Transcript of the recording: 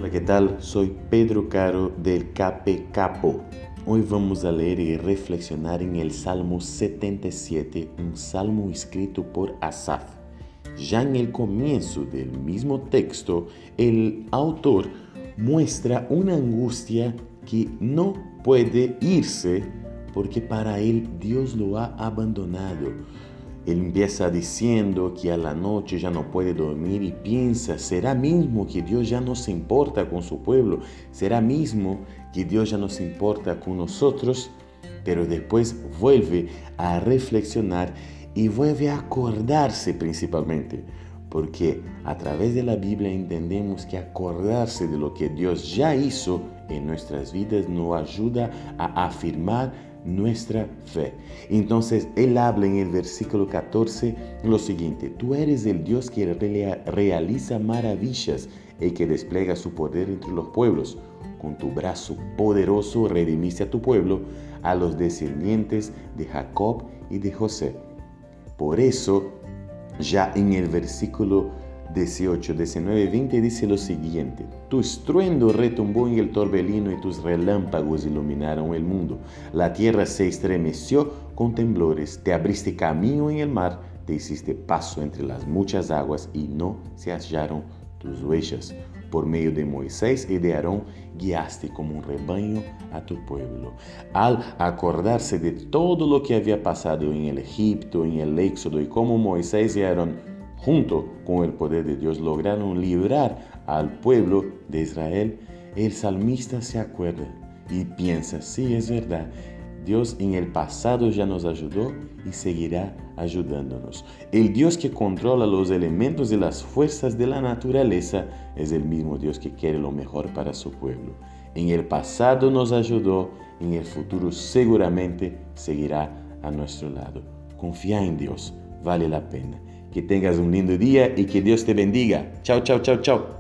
Hola, ¿qué tal? Soy Pedro Caro del Cape Capo. Hoy vamos a leer y reflexionar en el Salmo 77, un salmo escrito por Asaf. Ya en el comienzo del mismo texto, el autor muestra una angustia que no puede irse porque para él Dios lo ha abandonado. Él empieza diciendo que a la noche ya no puede dormir y piensa, ¿será mismo que Dios ya no se importa con su pueblo? ¿Será mismo que Dios ya no se importa con nosotros? Pero después vuelve a reflexionar y vuelve a acordarse principalmente, porque a través de la Biblia entendemos que acordarse de lo que Dios ya hizo en nuestras vidas nos ayuda a afirmar nuestra fe. Entonces él habla en el versículo 14 lo siguiente: tú eres el Dios que realiza maravillas y que despliega su poder entre los pueblos. Con tu brazo poderoso redimiste a tu pueblo, a los descendientes de Jacob y de José. Por eso, ya en el versículo 18, 19 y 20 dice lo siguiente: tu estruendo retumbó en el torbellino y tus relámpagos iluminaron el mundo. La tierra se estremeció con temblores, te abriste camino en el mar, te hiciste paso entre las muchas aguas y no se hallaron tus huellas. Por medio de Moisés y de Aarón guiaste como un rebaño a tu pueblo. Al acordarse de todo lo que había pasado en el Egipto, en el Éxodo, y cómo Moisés y Aarón, junto con el poder de Dios, lograron librar al pueblo de Israel, el salmista se acuerda y piensa, sí, es verdad, Dios en el pasado ya nos ayudó y seguirá ayudándonos. El Dios que controla los elementos y las fuerzas de la naturaleza es el mismo Dios que quiere lo mejor para su pueblo. En el pasado nos ayudó, en el futuro seguramente seguirá a nuestro lado. Confía en Dios, vale la pena. Que tengas un lindo día y que Dios te bendiga. Chao, chao, chao, chao.